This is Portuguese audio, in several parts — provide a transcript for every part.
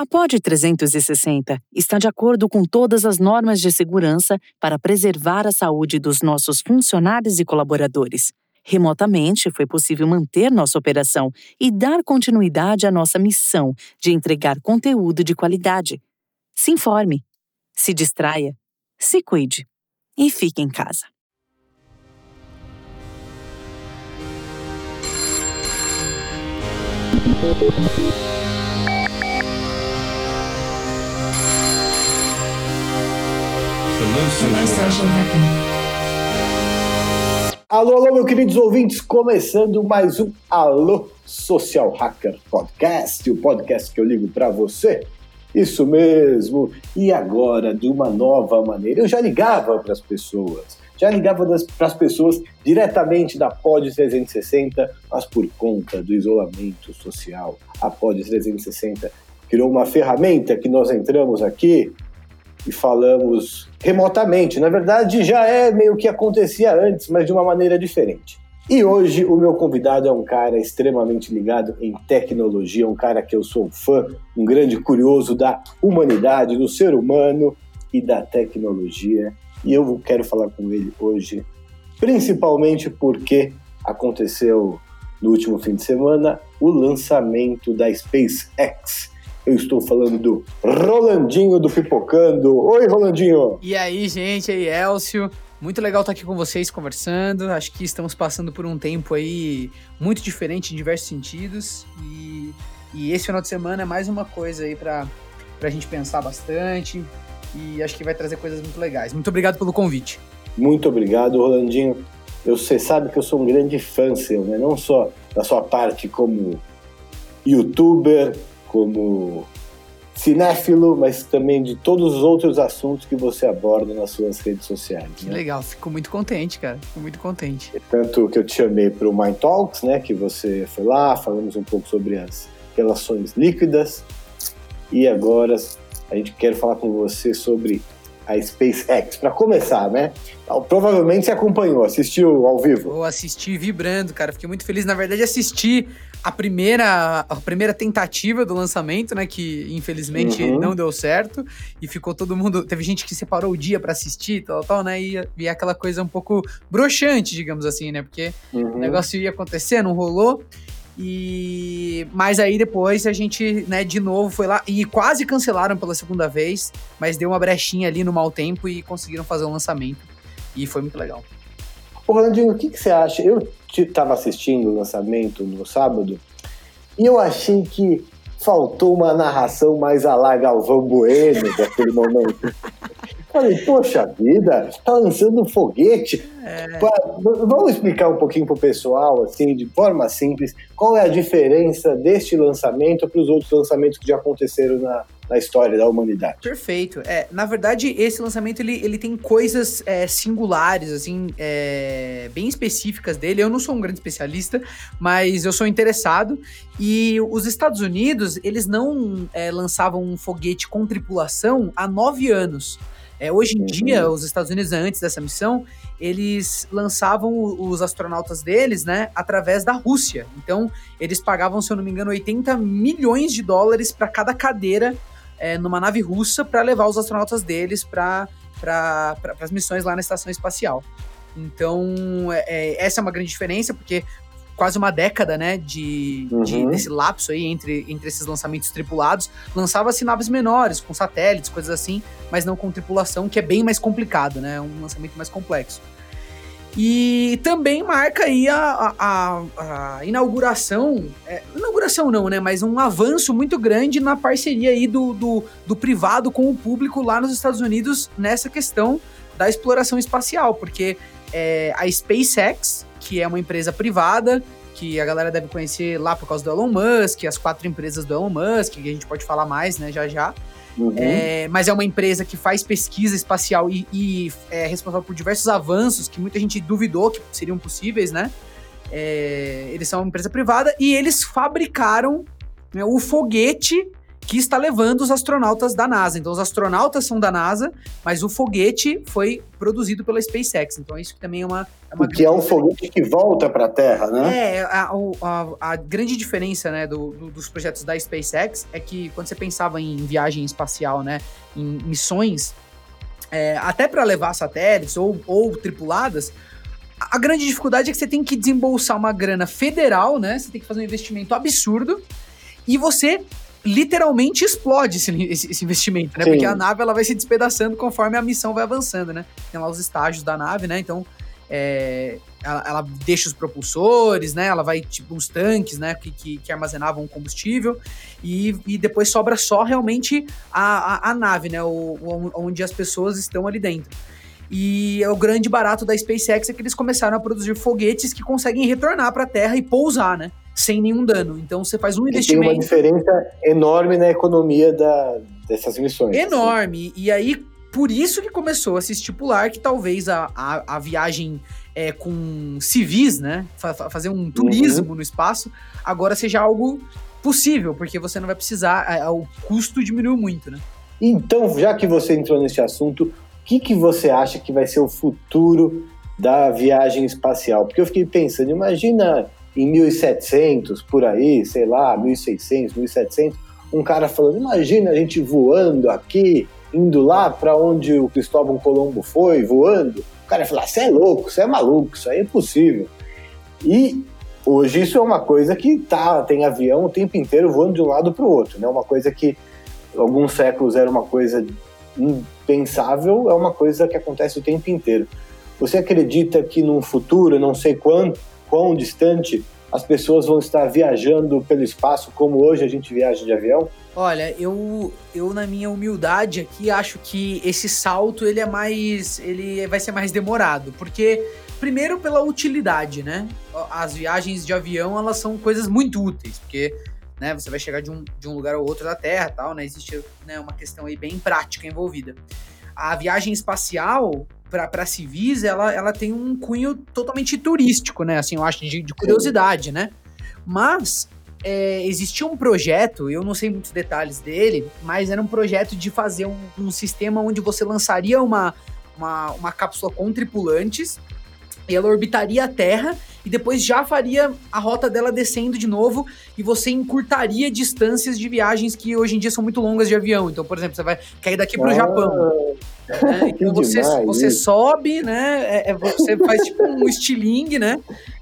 A POD 360 está de acordo com todas as normas de segurança para preservar a saúde dos nossos funcionários e colaboradores. Remotamente, foi possível manter nossa operação e dar continuidade à nossa missão de entregar conteúdo de qualidade. Se informe, se distraia, se cuide e fique em casa. Alô, alô, meus queridos ouvintes, começando mais um Alô Social Hacker Podcast, o podcast que eu ligo para você. Isso mesmo, e agora de uma nova maneira. Eu já ligava para as pessoas, diretamente da POD 360, mas por conta do isolamento social, a POD 360 criou uma ferramenta que nós entramos aqui e falamos remotamente. Na verdade, já é meio que acontecia antes, mas de uma maneira diferente. E hoje o meu convidado é um cara extremamente ligado em tecnologia, um cara que eu sou fã, um grande curioso da humanidade, do ser humano e da tecnologia. E eu quero falar com ele hoje, principalmente porque aconteceu no último fim de semana o lançamento da SpaceX. Eu estou falando do Rolandinho do Pipocando. Oi, Rolandinho! E aí, gente? E aí, Elcio? Muito legal estar aqui com vocês conversando. Acho que estamos passando por um tempo aí muito diferente em diversos sentidos. E esse final de semana é mais uma coisa aí pra gente pensar bastante. E acho que vai trazer coisas muito legais. Muito obrigado pelo convite. Muito obrigado, Rolandinho. Você sabe que eu sou um grande fã seu, né? Não só da sua parte como youtuber, como cinéfilo, mas também de todos os outros assuntos que você aborda nas suas redes sociais. Que legal, fico muito contente, cara. Fico muito contente. Tanto que eu te chamei para o Mind Talks, né? Que você foi lá, falamos um pouco sobre as relações líquidas. E agora a gente quer falar com você sobre a SpaceX. Para começar, né? Provavelmente você acompanhou, assistiu ao vivo. Eu assisti vibrando, cara. Fiquei muito feliz. Na verdade, assisti a primeira tentativa do lançamento, né? Que infelizmente não deu certo. E ficou todo mundo... Teve gente que separou o dia pra assistir, tal, né? E aquela coisa um pouco broxante, digamos assim, né? Porque o negócio ia acontecer, não rolou. Mas aí depois a gente, né, de novo foi lá e quase cancelaram pela segunda vez, mas deu uma brechinha ali no mau tempo e conseguiram fazer o lançamento. E foi muito legal. Ô, Rolandinho, o que você acha? Eu estava assistindo o lançamento no sábado e eu achei que faltou uma narração mais à la Galvão Bueno daquele momento. Falei, poxa vida, tá lançando um foguete. Vamos explicar um pouquinho pro pessoal, assim, de forma simples, qual é a diferença deste lançamento para os outros lançamentos que já aconteceram na história da humanidade. Perfeito. Na verdade, esse lançamento, ele tem coisas singulares, assim, bem específicas dele. Eu não sou um grande especialista, mas eu sou interessado. E os Estados Unidos, eles não lançavam um foguete com tripulação há 9 anos. Hoje em dia, os Estados Unidos, antes dessa missão, eles lançavam os astronautas deles, né, através da Rússia. Então, eles pagavam, se eu não me engano, $80 milhões para cada cadeira numa nave russa para levar os astronautas deles para as missões lá na estação espacial. Então, essa é uma grande diferença, porque quase uma década, né, desse lapso aí entre esses lançamentos tripulados, lançava-se naves menores, com satélites, coisas assim, mas não com tripulação, que é bem mais complicado, né, um lançamento mais complexo. E também marca aí a inauguração, inauguração não, né, mas um avanço muito grande na parceria aí do privado com o público lá nos Estados Unidos nessa questão da exploração espacial, porque a SpaceX, que é uma empresa privada, que a galera deve conhecer lá por causa do Elon Musk, as 4 empresas do Elon Musk, que a gente pode falar mais, né, já. Mas é uma empresa que faz pesquisa espacial e é responsável por diversos avanços que muita gente duvidou que seriam possíveis, né? Eles são uma empresa privada e eles fabricaram, né, o foguete que está levando os astronautas da NASA. Então, os astronautas são da NASA, mas o foguete foi produzido pela SpaceX. Então, isso que também é uma que é um foguete que volta para a Terra, né? A grande diferença, né, dos projetos da SpaceX é que quando você pensava em viagem espacial, né, em missões, até para levar satélites ou tripuladas, a grande dificuldade é que você tem que desembolsar uma grana federal, né? Você tem que fazer um investimento absurdo e você literalmente explode esse investimento, né? Sim. Porque a nave ela vai se despedaçando conforme a missão vai avançando, né? Tem lá os estágios da nave, né? Então, ela deixa os propulsores, né? Ela vai, tipo, uns tanques, né? Que armazenavam combustível e depois sobra só realmente a nave, né? Onde as pessoas estão ali dentro. E o grande barato da SpaceX é que eles começaram a produzir foguetes que conseguem retornar para a Terra e pousar, né? Sem nenhum dano. Então você faz um investimento... Tem uma diferença enorme na economia dessas missões. Enorme. Assim. E aí, por isso que começou a se estipular que talvez a viagem com civis, né? Fazer um turismo no espaço, agora seja algo possível, porque você não vai precisar... O custo diminuiu muito, né? Então, já que você entrou nesse assunto... O que você acha que vai ser o futuro da viagem espacial? Porque eu fiquei pensando, imagina em 1700, por aí, sei lá, 1600, 1700, um cara falando, imagina a gente voando aqui, indo lá para onde o Cristóvão Colombo foi, voando. O cara ia falar, você é louco, você é maluco, isso aí é impossível. E hoje isso é uma coisa que tem avião o tempo inteiro voando de um lado para o outro, né? Uma coisa que alguns séculos era uma coisa impensável, é uma coisa que acontece o tempo inteiro. Você acredita que num futuro, não sei quão distante, as pessoas vão estar viajando pelo espaço como hoje a gente viaja de avião? Olha, eu na minha humildade aqui acho que esse salto ele vai ser mais demorado, porque primeiro pela utilidade, né? As viagens de avião, elas são coisas muito úteis, porque né, você vai chegar de um lugar ao outro da Terra, tal, né? Existe, né, uma questão aí bem prática envolvida. A viagem espacial para civis, ela tem um cunho totalmente turístico, né? Assim, eu acho de curiosidade, né? Mas existia um projeto, eu não sei muitos detalhes dele, mas era um projeto de fazer um sistema onde você lançaria uma cápsula com tripulantes e ela orbitaria a Terra e depois já faria a rota dela descendo de novo e você encurtaria distâncias de viagens que hoje em dia são muito longas de avião. Então, por exemplo, você vai cair daqui pro Japão. Né? Então você sobe, né? Você faz tipo um estilingue, né?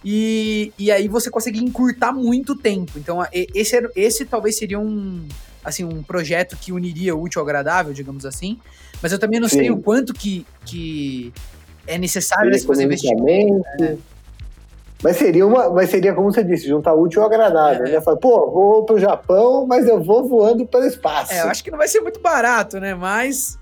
E aí você consegue encurtar muito tempo. Então, esse talvez seria um projeto que uniria o útil ao agradável, digamos assim. Mas eu também não sei o quanto que é necessário esse fazer investimento. Né? Mas seria, como você disse, juntar útil ao agradável. Né? Fala, vou pro Japão, mas eu vou voando pelo espaço. Eu acho que não vai ser muito barato, né? Mas...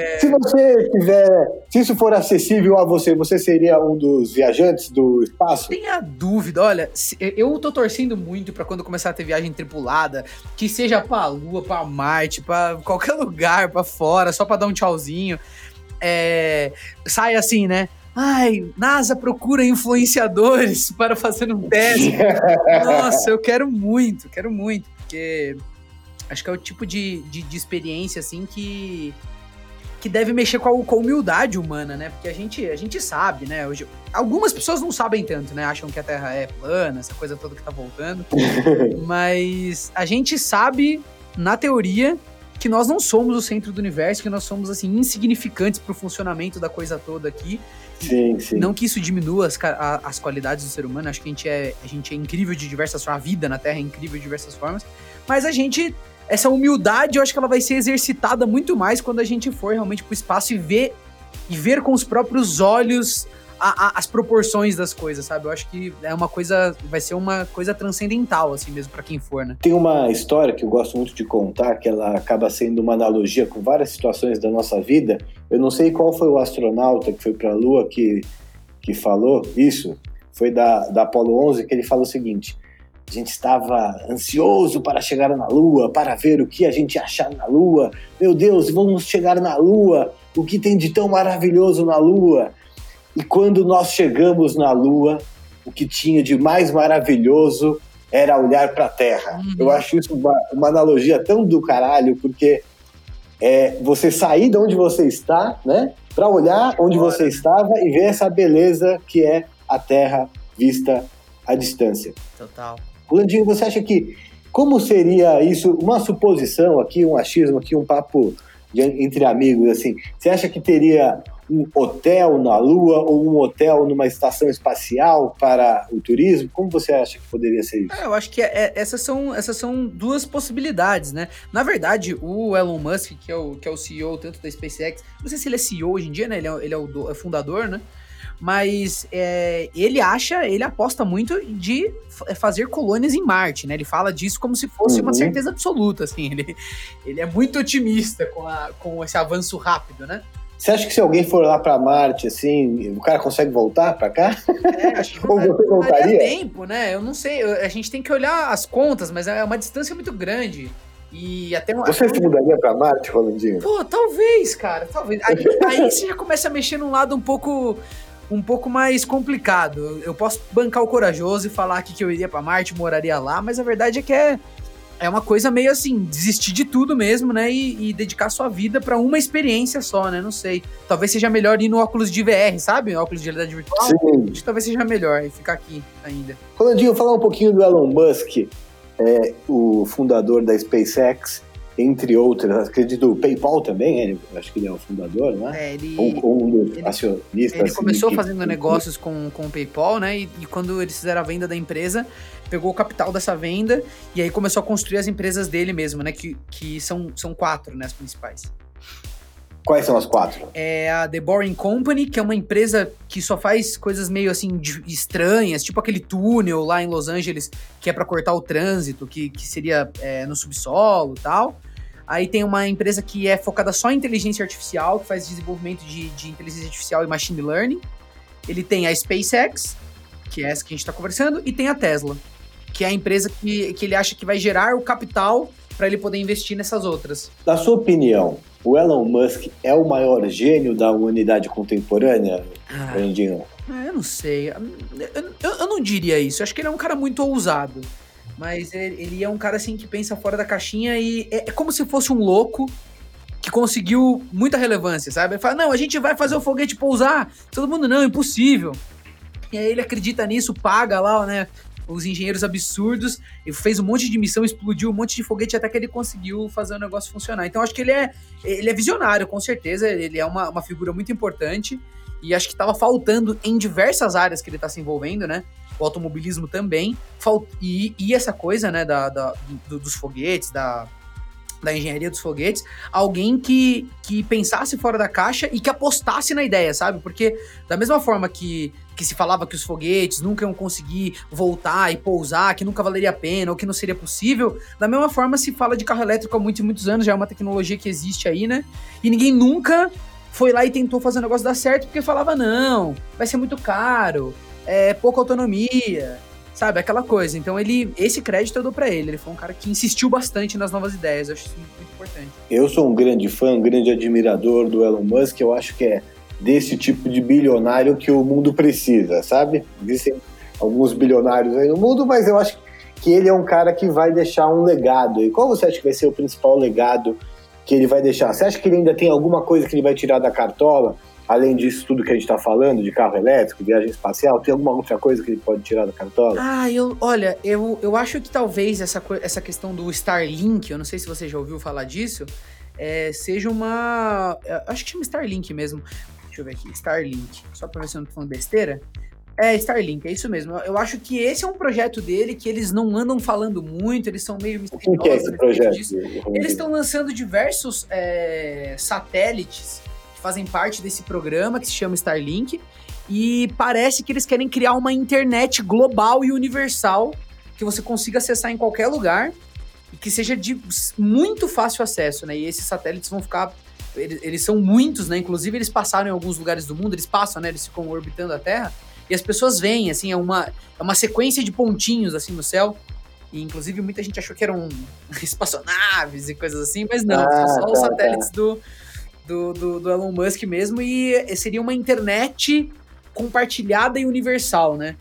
Se isso for acessível a você seria um dos viajantes do espaço? Tenha dúvida, olha, eu tô torcendo muito pra quando começar a ter viagem tripulada, que seja pra Lua, pra Marte, pra qualquer lugar, pra fora, só pra dar um tchauzinho. Sai assim, né? Ai, NASA procura influenciadores para fazer um teste. Nossa, eu quero muito, porque acho que é o tipo de experiência, assim, que deve mexer com a humildade humana, né? Porque a gente sabe, né? Hoje, algumas pessoas não sabem tanto, né? Acham que a Terra é plana, essa coisa toda que tá voltando. Mas a gente sabe, na teoria, que nós não somos o centro do universo, que nós somos, assim, insignificantes pro funcionamento da coisa toda aqui. Sim. Não que isso diminua as qualidades do ser humano, acho que a gente é incrível de diversas formas, a vida na Terra é incrível de diversas formas, mas essa humildade, eu acho que ela vai ser exercitada muito mais quando a gente for realmente pro espaço e ver com os próprios olhos as proporções das coisas, sabe? Eu acho que vai ser uma coisa transcendental, assim mesmo, pra quem for, né? Tem uma história que eu gosto muito de contar, que ela acaba sendo uma analogia com várias situações da nossa vida. Eu não sei qual foi o astronauta que foi pra Lua que falou isso, foi da Apollo 11, que ele falou o seguinte: a gente estava ansioso para chegar na Lua, para ver o que a gente ia achar na Lua. Meu Deus, vamos chegar na Lua, o que tem de tão maravilhoso na Lua? E quando nós chegamos na Lua, o que tinha de mais maravilhoso era olhar para a Terra. Eu acho isso uma analogia tão do caralho, porque você sair de onde você está, né, para olhar onde você estava e ver essa beleza que é a Terra vista à distância. Total. Landinho, você acha que, como seria isso, uma suposição aqui, um achismo aqui, um papo entre amigos, assim, você acha que teria um hotel na Lua ou um hotel numa estação espacial para o turismo? Como você acha que poderia ser isso? Eu acho que essas são duas possibilidades, né? Na verdade, o Elon Musk, que é o CEO tanto da SpaceX, não sei se ele é CEO hoje em dia, né? Ele é o fundador, né? Mas ele aposta muito de fazer colônias em Marte, né? Ele fala disso como se fosse uma certeza absoluta, assim. Ele é muito otimista com esse avanço rápido, né? Você acha que se alguém for lá para Marte, assim, o cara consegue voltar para cá? Acho que ou você voltaria? tempo, né? Eu não sei, a gente tem que olhar as contas, mas é uma distância muito grande. E até Você se mudaria para Marte, Rolandinho? Pô, talvez, cara, talvez. Aí você já começa a mexer num lado um pouco mais complicado. Eu posso bancar o corajoso e falar aqui que eu iria pra Marte, moraria lá, mas a verdade é que é uma coisa meio assim, desistir de tudo mesmo, né? E dedicar sua vida pra uma experiência só, né? Não sei. Talvez seja melhor ir no óculos de VR, sabe? Óculos de realidade virtual. Sim. Acho que talvez seja melhor e ficar aqui ainda. Rolandinho, falar um pouquinho do Elon Musk, o fundador da SpaceX, entre outras, acredito, o PayPal também, acho que ele é o fundador, não é? Um dos acionistas. Ele começou fazendo negócios com o PayPal, né? E quando eles fizeram a venda da empresa, pegou o capital dessa venda e aí começou a construir as empresas dele mesmo, né? Que são 4, né? As principais. Quais são as 4? É a The Boring Company, que é uma empresa que só faz coisas meio assim estranhas, tipo aquele túnel lá em Los Angeles que é pra cortar o trânsito, que seria no subsolo e tal. Aí tem uma empresa que é focada só em inteligência artificial, que faz desenvolvimento de inteligência artificial e machine learning. Ele tem a SpaceX, que é essa que a gente tá conversando, e tem a Tesla, que é a empresa que ele acha que vai gerar o capital para ele poder investir nessas outras. Na sua opinião, o Elon Musk é o maior gênio da humanidade contemporânea, Brandinho? Eu não sei. Eu não diria isso. Eu acho que ele é um cara muito ousado. Mas ele é um cara, assim, que pensa fora da caixinha e é como se fosse um louco que conseguiu muita relevância, sabe? Ele fala, não, a gente vai fazer o foguete pousar. Todo mundo, não, impossível. E aí ele acredita nisso, paga lá, né, os engenheiros absurdos, e fez um monte de missão, explodiu um monte de foguete até que ele conseguiu fazer o negócio funcionar. Então acho que ele é visionário, com certeza. Ele é uma figura muito importante e acho que estava faltando em diversas áreas que ele está se envolvendo, né? O automobilismo também, e essa coisa, né, dos foguetes, da engenharia dos foguetes, alguém que pensasse fora da caixa e que apostasse na ideia, sabe? Porque da mesma forma que se falava que os foguetes nunca iam conseguir voltar e pousar, que nunca valeria a pena ou que não seria possível, da mesma forma se fala de carro elétrico há muitos e muitos anos, já é uma tecnologia que existe aí, né? E ninguém nunca foi lá e tentou fazer o negócio dar certo porque falava, não, vai ser muito caro, pouca autonomia, sabe, aquela coisa. Então esse crédito eu dou pra ele foi um cara que insistiu bastante nas novas ideias, eu acho isso muito importante. Eu sou um grande fã, um grande admirador do Elon Musk, eu acho que é desse tipo de bilionário que o mundo precisa, sabe? Existem alguns bilionários aí no mundo, mas eu acho que ele é um cara que vai deixar um legado. E qual você acha que vai ser o principal legado que ele vai deixar? Você acha que ele ainda tem alguma coisa que ele vai tirar da cartola? Além disso tudo que a gente está falando, de carro elétrico, viagem espacial, tem alguma outra coisa que ele pode tirar da cartola? Eu acho que talvez essa questão do Starlink, eu não sei se você já ouviu falar disso, seja uma... Acho que chama Starlink mesmo. Deixa eu ver aqui, Starlink. Só para ver se eu não tô falando besteira. Starlink, é isso mesmo. Eu acho que esse é um projeto dele que eles não andam falando muito, eles são meio misteriosos. O que é esse projeto? Eles estão lançando diversos satélites que fazem parte desse programa que se chama Starlink, e parece que eles querem criar uma internet global e universal que você consiga acessar em qualquer lugar e que seja de muito fácil acesso, né? E esses satélites vão ficar... Eles são muitos, né? Inclusive, eles passaram em alguns lugares do mundo, eles passam, né? Eles ficam orbitando a Terra, e as pessoas veem, assim, é uma sequência de pontinhos, assim, no céu, e inclusive muita gente achou que eram espaçonaves e coisas assim, mas não, são só os satélites do Elon Musk mesmo, e seria uma internet compartilhada e universal, né?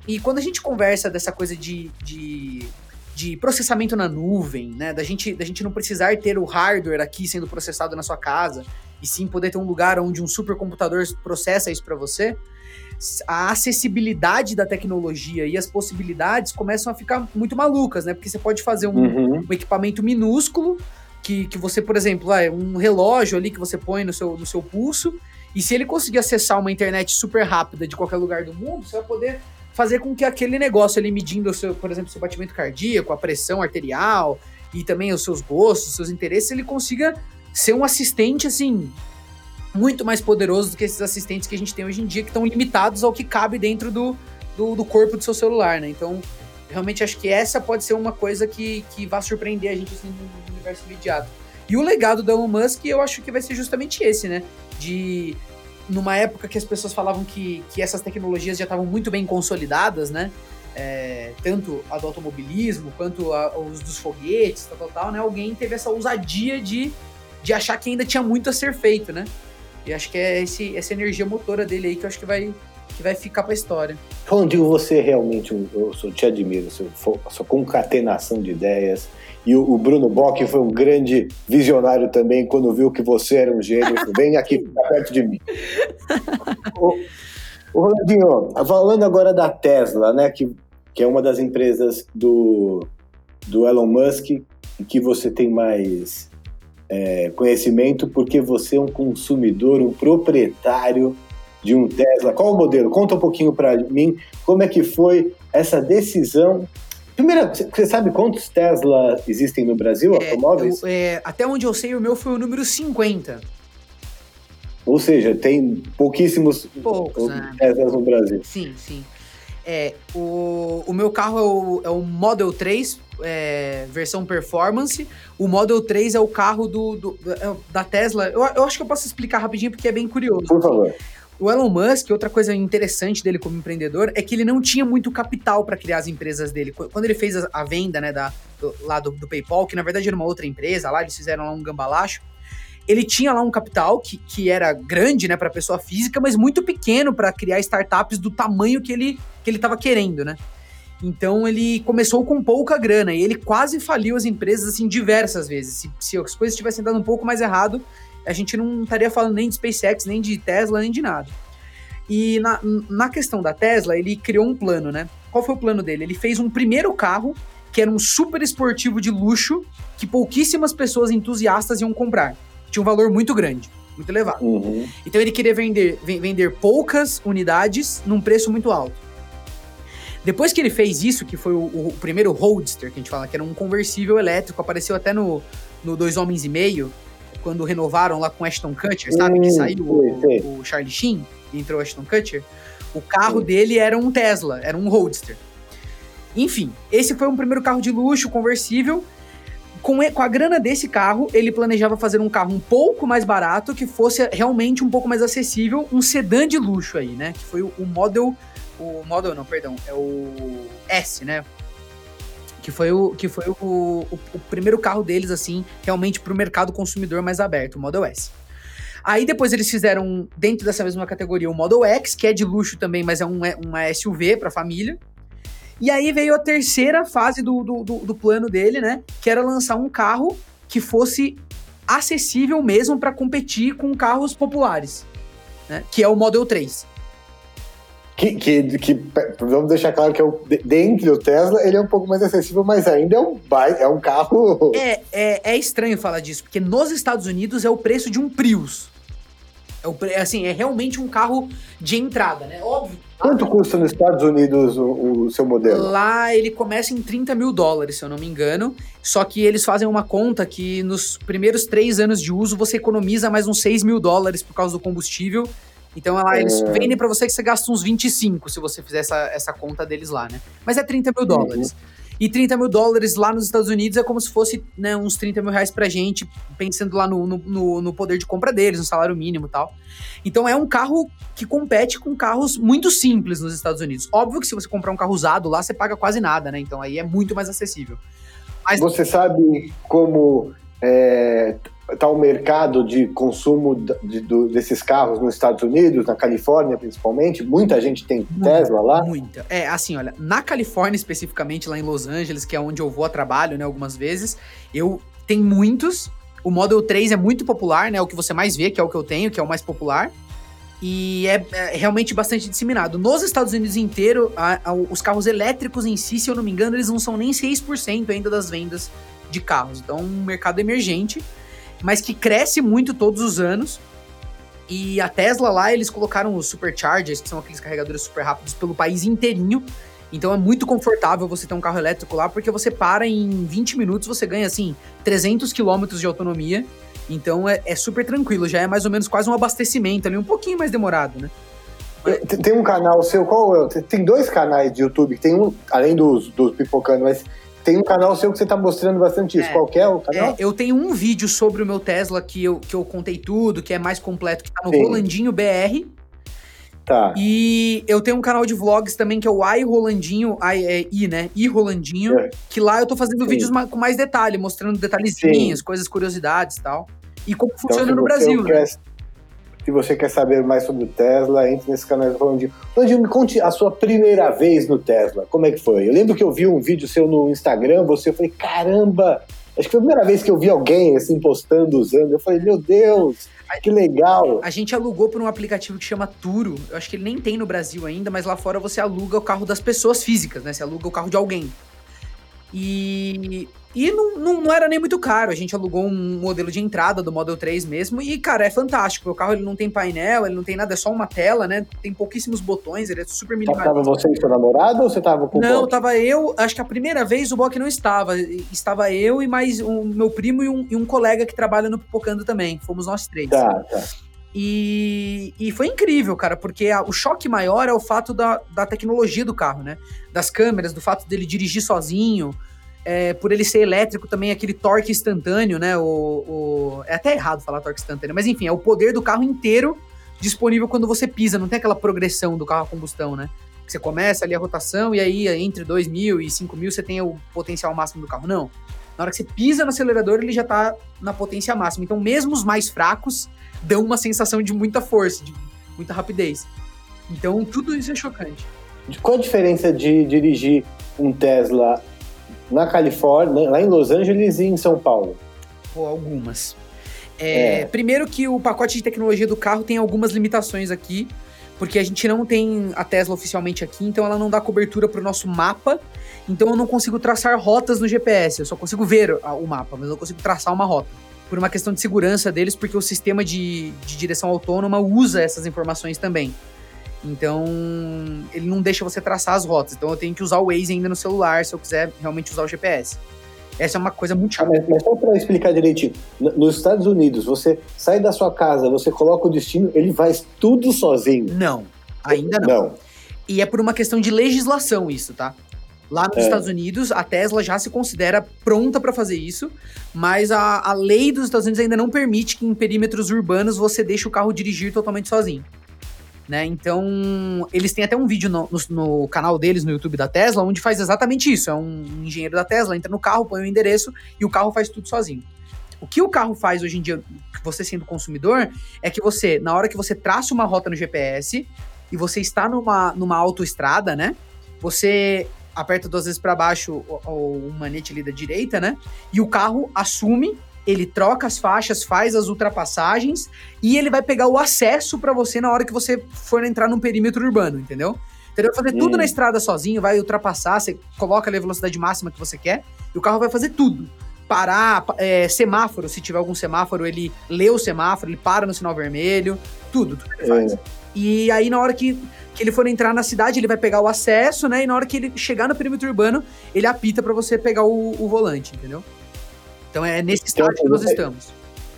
E quando a gente conversa dessa coisa de processamento na nuvem, né? Da gente não precisar ter o hardware aqui sendo processado na sua casa, e sim poder ter um lugar onde um supercomputador processa isso para você, a acessibilidade da tecnologia e as possibilidades começam a ficar muito malucas, né? Porque você pode fazer um equipamento minúsculo, que você, por exemplo, um relógio ali que você põe no seu pulso, e se ele conseguir acessar uma internet super rápida de qualquer lugar do mundo, você vai poder fazer com que aquele negócio ali medindo, por exemplo, seu batimento cardíaco, a pressão arterial e também os seus gostos, os seus interesses, ele consiga ser um assistente, assim, muito mais poderoso do que esses assistentes que a gente tem hoje em dia, que estão limitados ao que cabe dentro do corpo do seu celular, né? Então, realmente acho que essa pode ser uma coisa que vai surpreender a gente, assim, no universo imediato. E o legado do Elon Musk, eu acho que vai ser justamente esse, né? Numa época que as pessoas falavam que essas tecnologias já estavam muito bem consolidadas, né? Tanto a do automobilismo, quanto os dos foguetes, tal, né? Alguém teve essa ousadia de achar que ainda tinha muito a ser feito, né? E acho que é essa energia motora dele aí que eu acho que vai ficar pra história. Ronaldinho, você realmente, eu te admiro, a sua concatenação de ideias. E o Bruno Bock foi um grande visionário também, quando viu que você era um gênio. Vem aqui, fica perto de mim. O Ronaldinho, falando agora da Tesla, né, que é uma das empresas do Elon Musk, e que você tem mais conhecimento, porque você é um consumidor, um proprietário de um Tesla. Qual o modelo? Conta um pouquinho para mim como é que foi essa decisão. Primeiro, você sabe quantos Tesla existem no Brasil, automóveis? Até onde eu sei, o meu foi o número 50. Ou seja, tem poucos Teslas no Brasil. Sim. O meu carro é o Model 3, versão Performance. O Model 3 é o carro da Tesla. Eu acho que eu posso explicar rapidinho, porque é bem curioso. Por favor. O Elon Musk, outra coisa interessante dele como empreendedor, é que ele não tinha muito capital para criar as empresas dele. Quando ele fez a venda, né, do PayPal, que na verdade era uma outra empresa, lá eles fizeram lá um gambalacho, ele tinha lá um capital que era grande, né, para pessoa física, mas muito pequeno para criar startups do tamanho que ele estava querendo, né? Então ele começou com pouca grana e ele quase faliu as empresas assim diversas vezes. Se as coisas tivessem dado um pouco mais errado, a gente não estaria falando nem de SpaceX, nem de Tesla, nem de nada. E na questão da Tesla, ele criou um plano, né? Qual foi o plano dele? Ele fez um primeiro carro, que era um super esportivo de luxo, que pouquíssimas pessoas entusiastas iam comprar. Tinha um valor muito grande, muito elevado. Então ele queria vender poucas unidades num preço muito alto. Depois que ele fez isso, que foi o primeiro Roadster, que a gente fala, que era um conversível elétrico, apareceu até no 2 Homens e Meio, quando renovaram lá com Ashton Kutcher, sabe? Que saiu o Charlie Sheen e entrou o Ashton Kutcher. O carro dele era um Tesla, era um Roadster. Enfim, esse foi um primeiro carro de luxo, conversível. Com a grana desse carro, ele planejava fazer um carro um pouco mais barato, que fosse realmente um pouco mais acessível, um sedã de luxo aí, né? Que foi o S, né? Que foi o primeiro carro deles, assim, realmente pro mercado consumidor mais aberto, o Model S. Aí depois eles fizeram, dentro dessa mesma categoria, o Model X, que é de luxo também, mas é uma SUV pra família. E aí veio a terceira fase do plano dele, né? Que era lançar um carro que fosse acessível mesmo para competir com carros populares, né? Que é o Model 3. Que vamos deixar claro que dentro do Tesla ele é um pouco mais acessível, mas ainda é um carro... É estranho falar disso, porque nos Estados Unidos é o preço de um Prius. É realmente um carro de entrada, né? Óbvio. Quanto custa nos Estados Unidos o seu modelo? Lá ele começa em $30 mil, se eu não me engano. Só que eles fazem uma conta que nos primeiros 3 anos de uso você economiza mais uns $6 mil por causa do combustível. Então eles vendem pra você que você gasta uns 25 se você fizer essa conta deles lá, né? Mas é $30 mil. E $30 mil lá nos Estados Unidos é como se fosse, né, uns $30 mil pra gente, pensando lá no poder de compra deles, no salário mínimo e tal. Então é um carro que compete com carros muito simples nos Estados Unidos. Óbvio que se você comprar um carro usado lá, você paga quase nada, né? Então aí é muito mais acessível. Mas... Você sabe como tá o mercado de consumo desses carros nos Estados Unidos, na Califórnia principalmente? Muita gente tem Tesla lá? Muita. Assim, olha, na Califórnia especificamente, lá em Los Angeles, que é onde eu vou a trabalho, né, algumas vezes, tem muitos. O Model 3 é muito popular, né, o que você mais vê, que é o que eu tenho, que é o mais popular. E é realmente bastante disseminado. Nos Estados Unidos inteiro, os carros elétricos em si, se eu não me engano, eles não são nem 6% ainda das vendas de carros. Então, um mercado emergente, mas que cresce muito todos os anos. E a Tesla lá, eles colocaram os Superchargers, que são aqueles carregadores super rápidos, pelo país inteirinho. Então é muito confortável você ter um carro elétrico lá, porque você para em 20 minutos, você ganha, assim, 300 quilômetros de autonomia. Então é super tranquilo, já é mais ou menos quase um abastecimento ali, um pouquinho mais demorado, né? Tem um canal seu, tem 2 canais de YouTube, tem um, além dos Pipocando, mas tem um canal seu que você tá mostrando bastante isso. Qual que é o canal? Eu tenho um vídeo sobre o meu Tesla que eu contei tudo, que é mais completo, que tá no Rolandinho BR. Tá. E eu tenho um canal de vlogs também, que é o iRolandinho, iRolandinho, que lá eu tô fazendo vídeos com mais detalhe, mostrando detalhezinhos, coisas, curiosidades e tal. E como funciona no Brasil, né? Se você quer saber mais sobre o Tesla, entre nesse canal do Rolandinho. Rolandinho, me conte a sua primeira vez no Tesla. Como é que foi? Eu lembro que eu vi um vídeo seu no Instagram, eu falei, caramba, acho que foi a primeira vez que eu vi alguém assim postando, usando. Eu falei, meu Deus, que legal. A gente alugou por um aplicativo que chama Turo. Eu acho que ele nem tem no Brasil ainda, mas lá fora você aluga o carro das pessoas físicas, né? Você aluga o carro de alguém. E não era nem muito caro, a gente alugou um modelo de entrada do Model 3 mesmo, e, cara, é fantástico. O carro ele não tem painel, ele não tem nada, é só uma tela, né? Tem pouquíssimos botões, ele é super minimalista. Tava você e seu namorado ou você tava com o Não, Bock? tava eu, acho que a primeira vez o Bock não estava. Estava eu e mais o meu primo e um colega que trabalha no Pipocando também. Fomos nós 3. Tá. E foi incrível, cara, porque o choque maior é o fato da tecnologia do carro, né? Das câmeras, do fato dele dirigir sozinho. Por ele ser elétrico também, aquele torque instantâneo, né? É até errado falar torque instantâneo, mas enfim, é o poder do carro inteiro disponível quando você pisa, não tem aquela progressão do carro a combustão, né? Que você começa ali a rotação e aí entre 2.000 e 5.000 você tem o potencial máximo do carro. Não. Na hora que você pisa no acelerador, ele já tá na potência máxima. Então, mesmo os mais fracos dão uma sensação de muita força, de muita rapidez. Então, tudo isso é chocante. Qual a diferença de dirigir um Tesla na Califórnia, lá em Los Angeles e em São Paulo? Algumas. Primeiro que o pacote de tecnologia do carro tem algumas limitações aqui, porque a gente não tem a Tesla oficialmente aqui, então ela não dá cobertura para o nosso mapa, então eu não consigo traçar rotas no GPS, eu só consigo ver o mapa, mas eu não consigo traçar uma rota. Por uma questão de segurança deles, porque o sistema de direção autônoma usa essas informações também. Então, ele não deixa você traçar as rotas. Então, eu tenho que usar o Waze ainda no celular se eu quiser realmente usar o GPS. Essa é uma coisa muito chata. Mas só para explicar direitinho, nos Estados Unidos, você sai da sua casa, você coloca o destino, ele faz tudo sozinho? Não, ainda não. E é por uma questão de legislação isso, tá? Lá nos Estados Unidos, a Tesla já se considera pronta para fazer isso, mas a lei dos Estados Unidos ainda não permite que em perímetros urbanos você deixe o carro dirigir totalmente sozinho. Né? Então, eles têm até um vídeo no canal deles, no YouTube da Tesla, onde faz exatamente isso. É um engenheiro da Tesla, entra no carro, põe o endereço e o carro faz tudo sozinho. O que o carro faz hoje em dia, você sendo consumidor, é que você, na hora que você traça uma rota no GPS e você está numa autoestrada, né? Você aperta 2 vezes para baixo o manete ali da direita, né? E o carro assume, ele troca as faixas, faz as ultrapassagens e ele vai pegar o acesso para você na hora que você for entrar num perímetro urbano, entendeu? Então ele vai fazer tudo na estrada sozinho, vai ultrapassar, você coloca ali a velocidade máxima que você quer e o carro vai fazer tudo. Parar, semáforo, se tiver algum semáforo, ele lê o semáforo, ele para no sinal vermelho, tudo ele faz. E aí na hora que ele for entrar na cidade, ele vai pegar o acesso, né? E na hora que ele chegar no perímetro urbano, ele apita para você pegar o volante, entendeu? Então é nesse estágio que nós estamos.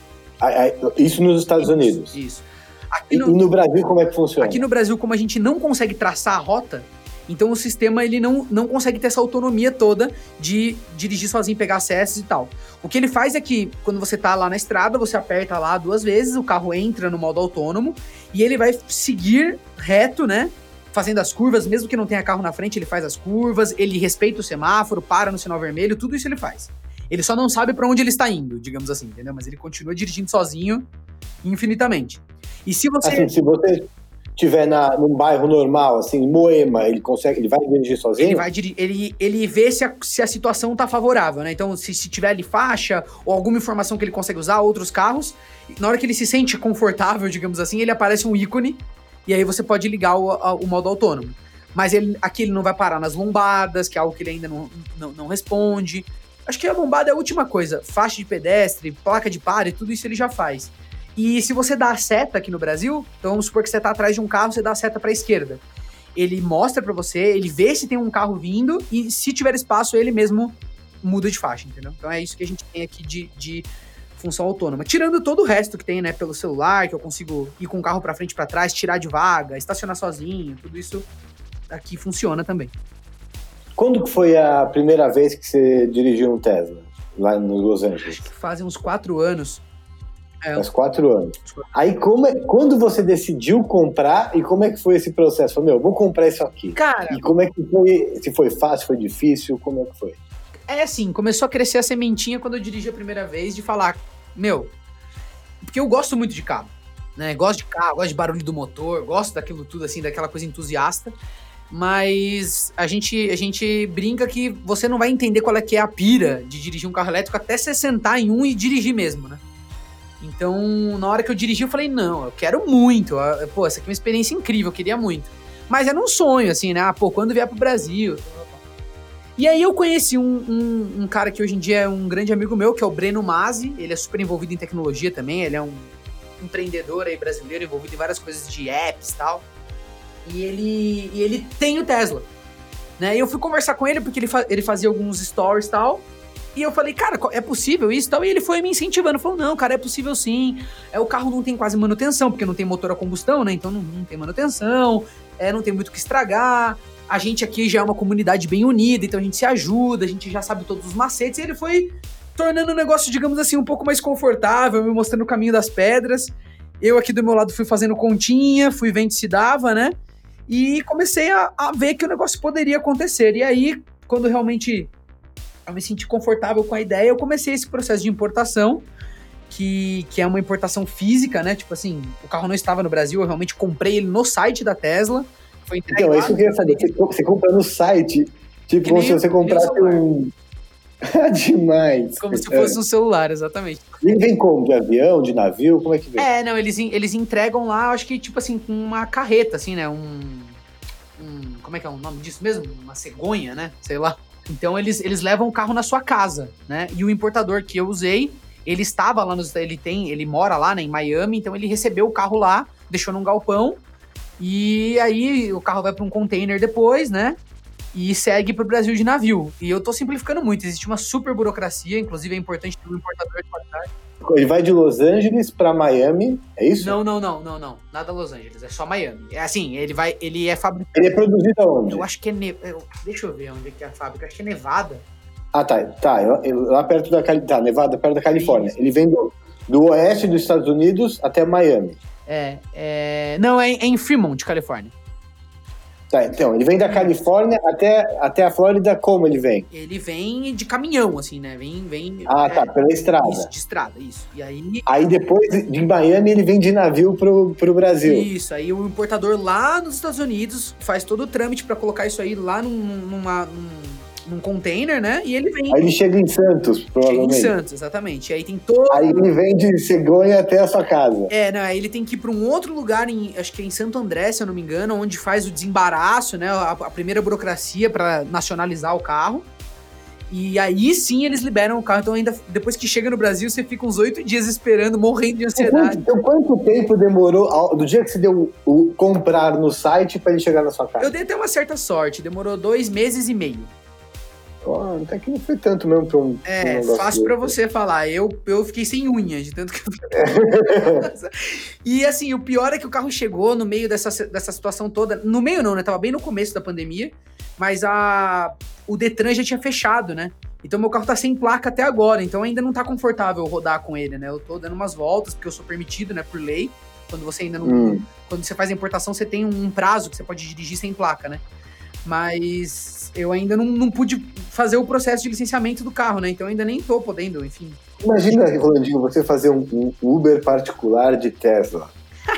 Isso nos Estados Unidos? Isso. E no Brasil como é que funciona? Aqui no Brasil, como a gente não consegue traçar a rota, então o sistema ele não consegue ter essa autonomia toda de dirigir sozinho, pegar acessos e tal. O que ele faz é que, quando você tá lá na estrada, você aperta lá 2 vezes, o carro entra no modo autônomo e ele vai seguir reto, né? Fazendo as curvas, mesmo que não tenha carro na frente, ele faz as curvas, ele respeita o semáforo, para no sinal vermelho, tudo isso ele faz. Ele só não sabe pra onde ele está indo, digamos assim, entendeu? Mas ele continua dirigindo sozinho infinitamente. E se você... Assim, se você estiver num bairro normal, assim, em Moema, ele vai dirigir sozinho? Ele vê se a situação tá favorável, né? Então, se tiver ali faixa ou alguma informação que ele consegue usar, outros carros, na hora que ele se sente confortável, digamos assim, ele aparece um ícone e aí você pode ligar o modo autônomo. Mas aqui ele não vai parar nas lombadas, que é algo que ele ainda não responde. Acho que a lombada é a última coisa. Faixa de pedestre, placa de pare, tudo isso ele já faz. E se você dá a seta aqui no Brasil, então vamos supor que você tá atrás de um carro, você dá a seta pra esquerda. Ele mostra pra você, ele vê se tem um carro vindo e se tiver espaço, ele mesmo muda de faixa, entendeu? Então é isso que a gente tem aqui de função autônoma. Tirando todo o resto que tem, né, pelo celular, que eu consigo ir com o carro pra frente e pra trás, tirar de vaga, estacionar sozinho, tudo isso aqui funciona também. Quando que foi a primeira vez que você dirigiu um Tesla, lá nos Los Angeles? Acho que fazem uns 4 anos. Faz 4 anos. Aí, quando você decidiu comprar e como é que foi esse processo? Falei, vou comprar isso aqui. Cara... E como é que foi? Se foi fácil, foi difícil? Como é que foi? É assim, começou a crescer a sementinha quando eu dirigi a primeira vez de falar, porque eu gosto muito de carro, né? Gosto de carro, gosto de barulho do motor, gosto daquilo tudo assim, daquela coisa entusiasta. Mas a gente brinca que você não vai entender qual é que é a pira de dirigir um carro elétrico até você sentar em um e dirigir mesmo, né? Então, na hora que eu dirigi, eu falei, não, eu quero muito. Pô, essa aqui é uma experiência incrível, eu queria muito. Mas era um sonho, assim, né? Quando vier pro Brasil. E aí eu conheci um cara que hoje em dia é um grande amigo meu, que é o Breno Masi. Ele é super envolvido em tecnologia também. Ele é um empreendedor aí brasileiro, envolvido em várias coisas de apps e tal. E ele tem o Tesla, né? E eu fui conversar com ele, porque ele fazia alguns stories e tal. E eu falei, cara, é possível isso e tal? E ele foi me incentivando, falou, não, cara, é possível sim. O carro não tem quase manutenção, porque não tem motor a combustão, né? Então não tem manutenção, não tem muito o que estragar. A gente aqui já é uma comunidade bem unida, então a gente se ajuda, a gente já sabe todos os macetes. E ele foi tornando o negócio, digamos assim, um pouco mais confortável, me mostrando o caminho das pedras. Eu aqui do meu lado fui fazendo continha, fui vendo se dava, né? E comecei a ver que o negócio poderia acontecer. E aí, quando realmente eu me senti confortável com a ideia, eu comecei esse processo de importação, que é uma importação física, né? Tipo assim, o carro não estava no Brasil, eu realmente comprei ele no site da Tesla. Foi então, é isso que eu queria saber. Você compra no site, tipo, como se você comprasse um... Demais. Como se fosse um celular, exatamente. E vem como? De avião, de navio? Como é que vem? Não, eles entregam lá, acho que, tipo assim, com uma carreta, assim, né? Como é que é o nome disso mesmo? Uma cegonha, né? Sei lá. Então, eles levam o carro na sua casa, né? E o importador que eu usei, ele estava lá ele mora lá, né, em Miami, então ele recebeu o carro lá, deixou num galpão, e aí o carro vai para um container depois, né? E segue pro Brasil de navio. E eu tô simplificando muito, existe uma super burocracia, inclusive é importante ter um importador de qualidade. Ele vai de Los Angeles pra Miami, é isso? Não. Nada Los Angeles, é só Miami. É assim, ele é fabricado... Ele é produzido aonde? Eu acho que deixa eu ver onde é que é a fábrica, acho que é Nevada. Ah, tá. Lá perto da Nevada, perto da Califórnia. Ele vem do oeste dos Estados Unidos até Miami. Não, é em Fremont, Califórnia. Tá, então, ele vem da Califórnia até a Flórida, como ele vem? Ele vem de caminhão, assim, né? Tá, pela estrada. Isso, de estrada, isso. E aí depois, de Miami, ele vem de navio pro Brasil. Isso, aí o importador lá nos Estados Unidos faz todo o trâmite pra colocar isso aí lá num container, né? E ele vem... Aí ele chega em Santos, provavelmente. Chega em Santos, exatamente. Aí tem todo... Aí ele vem de cegonha até a sua casa. Aí ele tem que ir pra um outro lugar, acho que é em Santo André, se eu não me engano, onde faz o desembaraço, né? A primeira burocracia pra nacionalizar o carro. E aí sim eles liberam o carro. Então ainda depois que chega no Brasil, você fica uns 8 dias esperando, morrendo de ansiedade. Então quanto tempo demorou do dia que você deu o comprar no site pra ele chegar na sua casa? Eu dei até uma certa sorte, demorou 2 meses e meio. Até que não foi tanto mesmo pra um fácil pra você falar. Eu fiquei sem unha, de tanto que eu... E assim, o pior é que o carro chegou no meio dessa situação toda. No meio não, né? Tava bem no começo da pandemia. Mas o Detran já tinha fechado, né? Então meu carro tá sem placa até agora. Então ainda não tá confortável rodar com ele, né? Eu tô dando umas voltas, porque eu sou permitido, né? Por lei. Quando você ainda não... Quando você faz a importação, você tem um prazo que você pode dirigir sem placa, né? mas eu ainda não pude fazer o processo de licenciamento do carro, né? Então eu ainda nem tô podendo, enfim. Imagina, Rolandinho, você fazer um Uber particular de Tesla.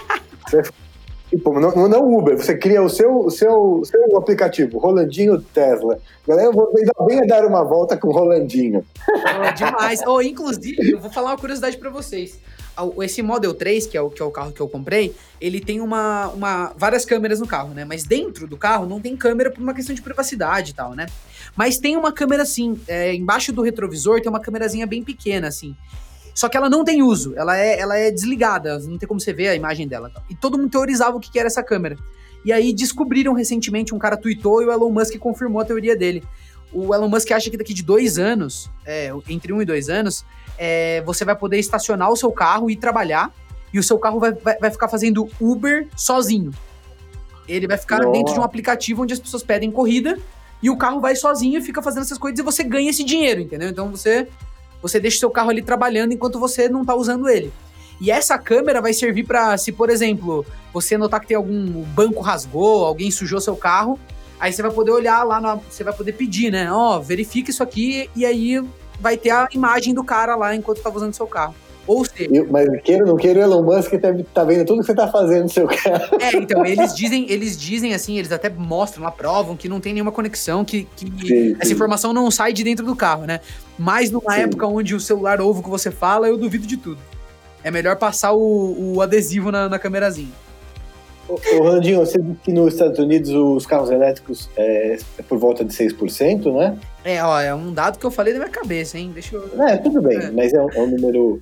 Tipo, não Uber, você cria o seu aplicativo, Rolandinho Tesla. Galera, eu vou ainda bem dar uma volta com o Rolandinho. Demais. Inclusive, eu vou falar uma curiosidade pra vocês. Esse Model 3, que é o carro que eu comprei, ele tem várias câmeras no carro, né? Mas dentro do carro não tem câmera por uma questão de privacidade e tal, né? Mas tem uma câmera, assim, embaixo do retrovisor tem uma câmerazinha bem pequena, assim. Só que ela não tem uso, ela é desligada, não tem como você ver a imagem dela. E todo mundo teorizava o que era essa câmera. E aí descobriram recentemente, um cara tweetou e o Elon Musk confirmou a teoria dele. O Elon Musk acha que daqui de 2 anos, entre 1 e 2 anos, você vai poder estacionar o seu carro e trabalhar, e o seu carro vai ficar fazendo Uber sozinho. Ele vai ficar dentro de um aplicativo onde as pessoas pedem corrida, e o carro vai sozinho e fica fazendo essas coisas e você ganha esse dinheiro, entendeu? Então você deixa o seu carro ali trabalhando enquanto você não tá usando ele. E essa câmera vai servir pra, se por exemplo, você notar que tem algum banco rasgou, alguém sujou seu carro, aí você vai poder olhar lá, você vai poder pedir, né? Verifica isso aqui, e aí vai ter a imagem do cara lá enquanto tá usando seu carro. Ou seja... Mas queira ou não queira, o Elon Musk tá vendo tudo que você tá fazendo no seu carro. Então, eles dizem assim, eles até mostram lá, provam que não tem nenhuma conexão, que essa informação não sai de dentro do carro, né? Mas numa época onde o celular ouve o que você fala, eu duvido de tudo. É melhor passar o adesivo na câmerazinha. Ô, Randinho, você disse que nos Estados Unidos os carros elétricos é por volta de 6%, né? É um dado que eu falei da minha cabeça, hein? Deixa eu... Tudo bem, mas é um número...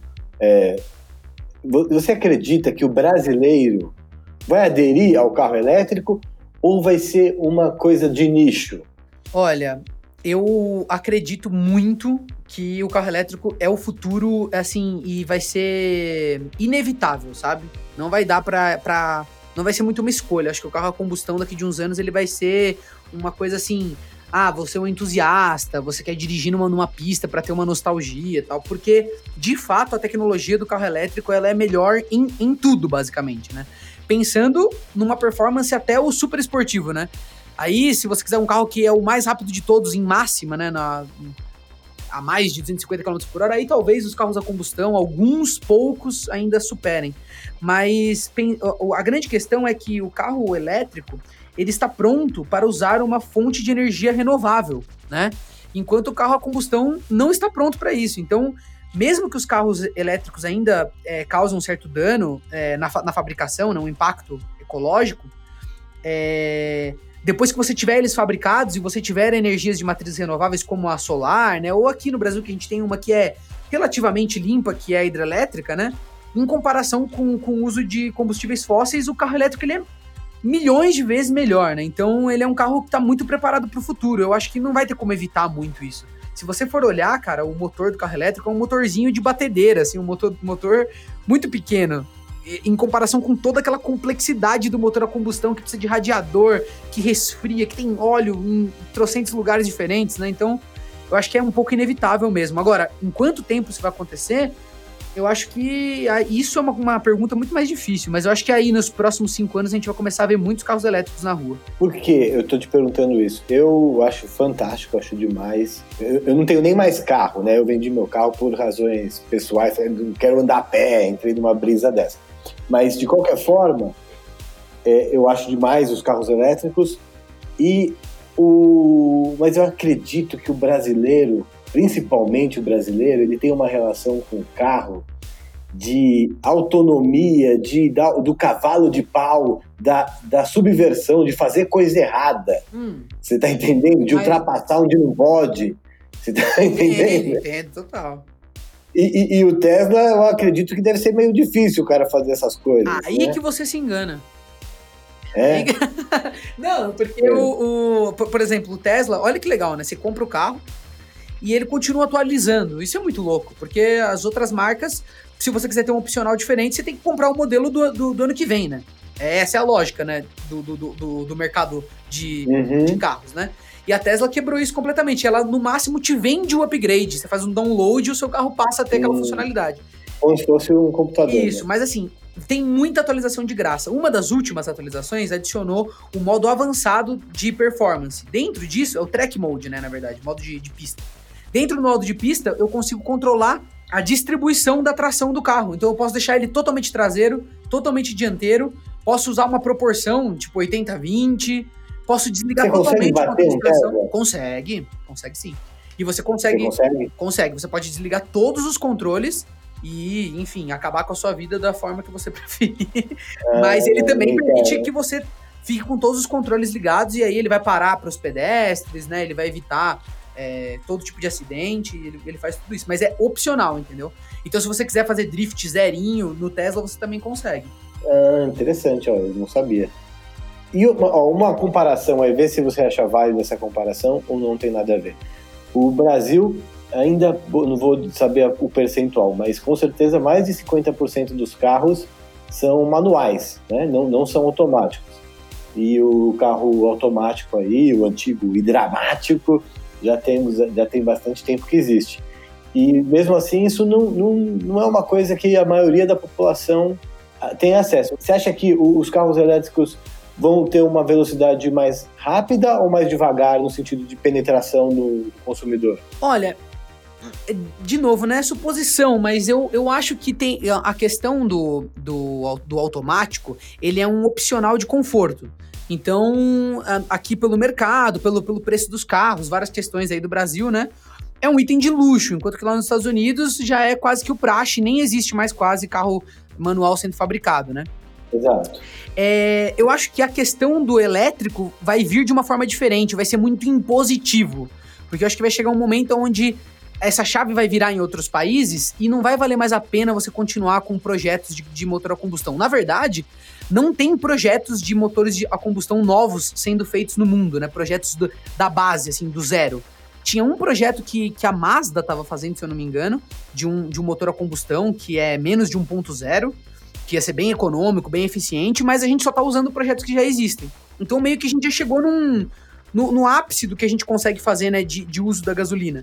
Você acredita que o brasileiro vai aderir ao carro elétrico ou vai ser uma coisa de nicho? Olha, eu acredito muito que o carro elétrico é o futuro, assim, e vai ser inevitável, sabe? Não vai dar não vai ser muito uma escolha. Acho que o carro a combustão daqui de uns anos ele vai ser uma coisa assim... você é um entusiasta, você quer dirigir numa pista para ter uma nostalgia e tal, porque, de fato, a tecnologia do carro elétrico ela é melhor em tudo, basicamente, né? Pensando numa performance até o super esportivo, né? Aí, se você quiser um carro que é o mais rápido de todos em máxima, né, a mais de 250 km por hora, aí talvez os carros a combustão, alguns poucos, ainda superem. Mas a grande questão é que o carro elétrico, ele está pronto para usar uma fonte de energia renovável, né? Enquanto o carro a combustão não está pronto para isso. Então, mesmo que os carros elétricos ainda causam um certo dano na fabricação, né, um impacto ecológico, depois que você tiver eles fabricados e você tiver energias de matrizes renováveis como a solar, né? Ou aqui no Brasil que a gente tem uma que é relativamente limpa, que é a hidrelétrica, né? Em comparação com o uso de combustíveis fósseis, o carro elétrico ele é milhões de vezes melhor, né? Então ele é um carro que tá muito preparado pro futuro. Eu acho que não vai ter como evitar muito isso. Se você for olhar, cara, o motor do carro elétrico é um motorzinho de batedeira, assim, um motor muito pequeno, em comparação com toda aquela complexidade do motor a combustão, que precisa de radiador, que resfria, que tem óleo em trocentos lugares diferentes, né? Então, eu acho que é um pouco inevitável mesmo. Agora, em quanto tempo isso vai acontecer? Eu acho que isso é uma pergunta muito mais difícil, mas eu acho que aí nos próximos 5 anos a gente vai começar a ver muitos carros elétricos na rua. Por que eu tô te perguntando isso? Eu acho fantástico, acho demais. Eu não tenho nem mais carro, né? Eu vendi meu carro por razões pessoais, eu não quero andar a pé, entrei numa brisa dessa. Mas, de qualquer forma, eu acho demais os carros elétricos mas eu acredito que o brasileiro, principalmente o brasileiro, ele tem uma relação com o carro de autonomia, do cavalo de pau, da subversão, de fazer coisa errada. Você tá entendendo? De ultrapassar onde não pode. Você tá entendendo? Entendo, total. E o Tesla, eu acredito que deve ser meio difícil o cara fazer essas coisas. Aí que você se engana. Não, porque por exemplo, o Tesla, olha que legal, né? Você compra o carro e ele continua atualizando. Isso é muito louco, porque as outras marcas, se você quiser ter um opcional diferente, você tem que comprar o modelo do ano que vem, né? Essa é a lógica, né? Do mercado de carros, né? E a Tesla quebrou isso completamente. Ela, no máximo, te vende o upgrade. Você faz um download e o seu carro passa a ter aquela funcionalidade. Como se fosse um computador. Isso, né? mas assim, tem muita atualização de graça. Uma das últimas atualizações adicionou o modo avançado de performance. Dentro disso, é o track mode, né, na verdade, modo de pista. Dentro do modo de pista, eu consigo controlar a distribuição da tração do carro. Então eu posso deixar ele totalmente traseiro, totalmente dianteiro, posso usar uma proporção, tipo 80-20, posso desligar totalmente a configuração. Consegue sim. E você consegue? Consegue. Você pode desligar todos os controles e, enfim, acabar com a sua vida da forma que você preferir. Mas ele também permite que você fique com todos os controles ligados e aí ele vai parar para os pedestres, né? Ele vai evitar todo tipo de acidente, ele faz tudo isso. Mas é opcional, entendeu? Então, se você quiser fazer drift zerinho no Tesla, você também consegue. Interessante, ó, eu não sabia. E uma comparação aí, vê se você acha válida essa comparação ou não tem nada a ver. O Brasil, ainda não vou saber o percentual, mas com certeza mais de 50% dos carros são manuais, né? Não são automáticos. E o carro automático aí, o antigo hidramático, já tem bastante tempo que existe. E mesmo assim, isso não é uma coisa que a maioria da população tem acesso. Você acha que os carros elétricos vão ter uma velocidade mais rápida ou mais devagar no sentido de penetração no consumidor? Olha, de novo, não é suposição, mas eu acho que tem a questão do automático, ele é um opcional de conforto. Então, aqui pelo mercado, pelo preço dos carros, várias questões aí do Brasil, né? É um item de luxo, enquanto que lá nos Estados Unidos já é quase que o praxe, nem existe mais quase carro manual sendo fabricado, né? Exato. Eu acho que a questão do elétrico vai vir de uma forma diferente, vai ser muito impositivo, porque eu acho que vai chegar um momento onde essa chave vai virar em outros países e não vai valer mais a pena você continuar com projetos de motor a combustão. Na verdade, não tem projetos de motores a combustão novos sendo feitos no mundo, né? Projetos da base, assim, do zero. Tinha um projeto que a Mazda estava fazendo, se eu não me engano, de um motor a combustão que é menos de 1.0, que ia ser bem econômico, bem eficiente, mas a gente só tá usando projetos que já existem. Então meio que a gente já chegou no ápice do que a gente consegue fazer, né, de uso da gasolina.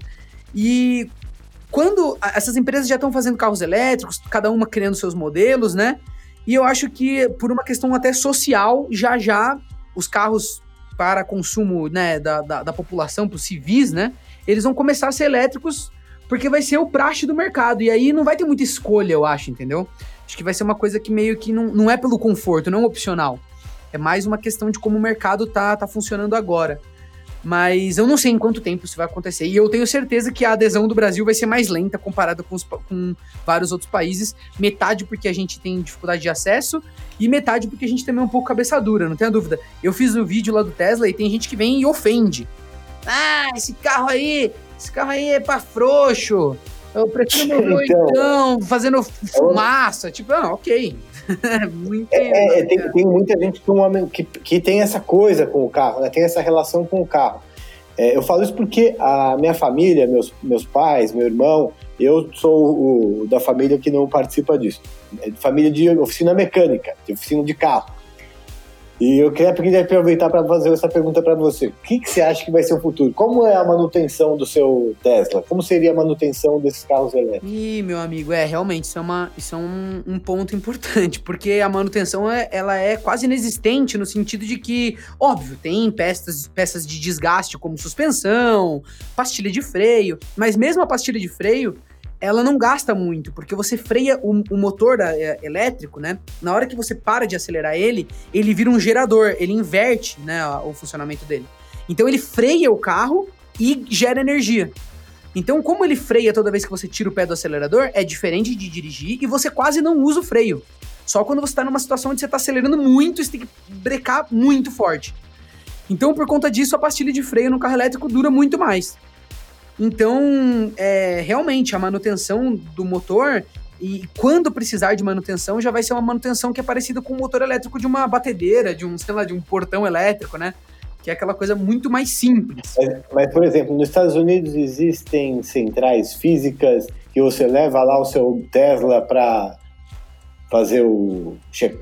E quando essas empresas já estão fazendo carros elétricos, cada uma criando seus modelos, né, e eu acho que por uma questão até social, já os carros para consumo, né, da população, para os civis, né, eles vão começar a ser elétricos porque vai ser o praxe do mercado, e aí não vai ter muita escolha, eu acho, entendeu? Acho que vai ser uma coisa que meio que não é pelo conforto, não é opcional. É mais uma questão de como o mercado tá funcionando agora. Mas eu não sei em quanto tempo isso vai acontecer. E eu tenho certeza que a adesão do Brasil vai ser mais lenta comparada com vários outros países. Metade porque a gente tem dificuldade de acesso e metade porque a gente também é um pouco cabeça dura, não tenha dúvida. Eu fiz um vídeo lá do Tesla e tem gente que vem e ofende. Esse carro aí é pra froxo. Eu prefiro meu então, fazendo fumaça. Tipo, ok. Tem muita gente que tem essa coisa com o carro, né? Tem essa relação com o carro. Eu falo isso porque a minha família, meus pais, meu irmão, eu sou da família que não participa disso. É de família de oficina mecânica, de oficina de carro. E eu queria aproveitar para fazer essa pergunta para você. O que você acha que vai ser o futuro? Como é a manutenção do seu Tesla? Como seria a manutenção desses carros elétricos? Meu amigo, realmente, isso é um ponto importante, porque a manutenção ela é quase inexistente no sentido de que, óbvio, tem peças de desgaste como suspensão, pastilha de freio, mas mesmo a pastilha de freio, ela não gasta muito, porque você freia o motor elétrico, né? Na hora que você para de acelerar ele vira um gerador, ele inverte, né, o funcionamento dele. Então ele freia o carro e gera energia. Então, como ele freia toda vez que você tira o pé do acelerador, é diferente de dirigir e você quase não usa o freio. Só quando você tá numa situação onde você tá acelerando muito, você tem que brecar muito forte. Então, por conta disso, a pastilha de freio no carro elétrico dura muito mais. Então, realmente, a manutenção do motor, e quando precisar de manutenção, já vai ser uma manutenção que é parecida com o motor elétrico de uma batedeira, de um portão elétrico, né? Que é aquela coisa muito mais simples. Mas, por exemplo, nos Estados Unidos existem centrais físicas que você leva lá o seu Tesla para fazer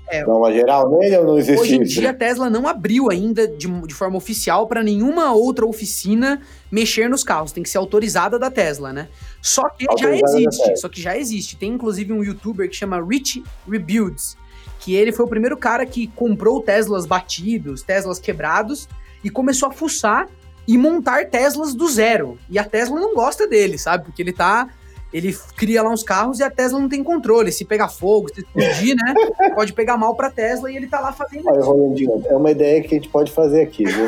Dá uma geral nele ou não existe Hoje em isso? dia a Tesla não abriu ainda de forma oficial para nenhuma outra oficina mexer nos carros. Tem que ser autorizada da Tesla, né? Só que já existe. Tem inclusive um youtuber que chama Rich Rebuilds, que ele foi o primeiro cara que comprou Teslas batidos, Teslas quebrados, e começou a fuçar e montar Teslas do zero. E a Tesla não gosta dele, sabe? Porque ele cria lá uns carros e a Tesla não tem controle. Se pegar fogo, se explodir, né? Pode pegar mal pra Tesla e ele tá lá fazendo isso. Olha, Rolandinho, é uma ideia que a gente pode fazer aqui, viu?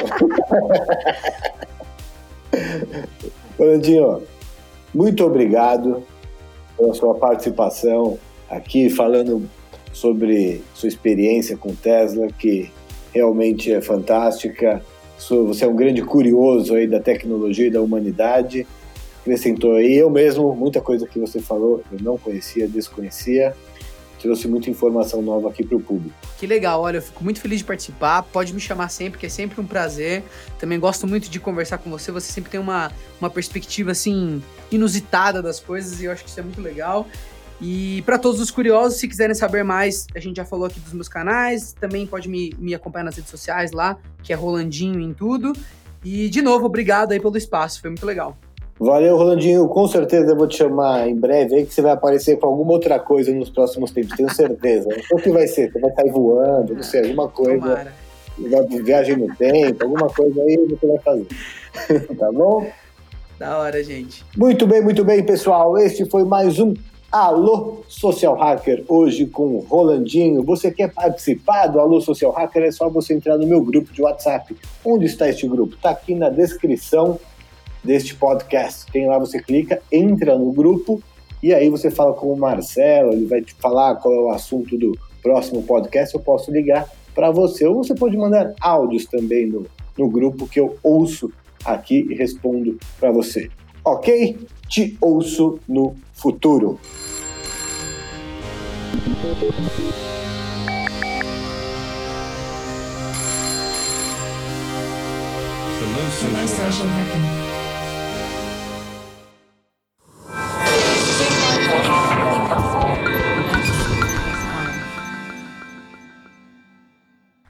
Rolandinho, muito obrigado pela sua participação aqui, falando sobre sua experiência com Tesla, que realmente é fantástica. Você é um grande curioso aí da tecnologia e da humanidade. Acrescentou aí, eu mesmo, muita coisa que você falou, eu não conhecia, desconhecia, trouxe muita informação nova aqui para o público. Que legal, olha, eu fico muito feliz de participar, pode me chamar sempre, que é sempre um prazer, também gosto muito de conversar com você sempre tem uma perspectiva, assim, inusitada das coisas, e eu acho que isso é muito legal. E para todos os curiosos, se quiserem saber mais, a gente já falou aqui dos meus canais, também pode me acompanhar nas redes sociais lá, que é Rolandinho em tudo, e de novo, obrigado aí pelo espaço, foi muito legal. Valeu, Rolandinho. Com certeza eu vou te chamar em breve aí, que você vai aparecer com alguma outra coisa nos próximos tempos, tenho certeza. O que vai ser? Você vai sair voando, não sei, alguma coisa. Viagem no tempo, alguma coisa aí você vai fazer. Tá bom? Da hora, gente. Muito bem, pessoal. Este foi mais um Alô Social Hacker, hoje com o Rolandinho. Você quer participar do Alô Social Hacker? É só você entrar no meu grupo de WhatsApp. Onde está este grupo? Está aqui na descrição deste podcast. Tem lá, você clica, entra no grupo e aí você fala com o Marcelo, ele vai te falar qual é o assunto do próximo podcast, eu posso ligar para você, ou você pode mandar áudios também no grupo que eu ouço aqui e respondo para você. Ok? Te ouço no futuro. Hello, Social Hacker.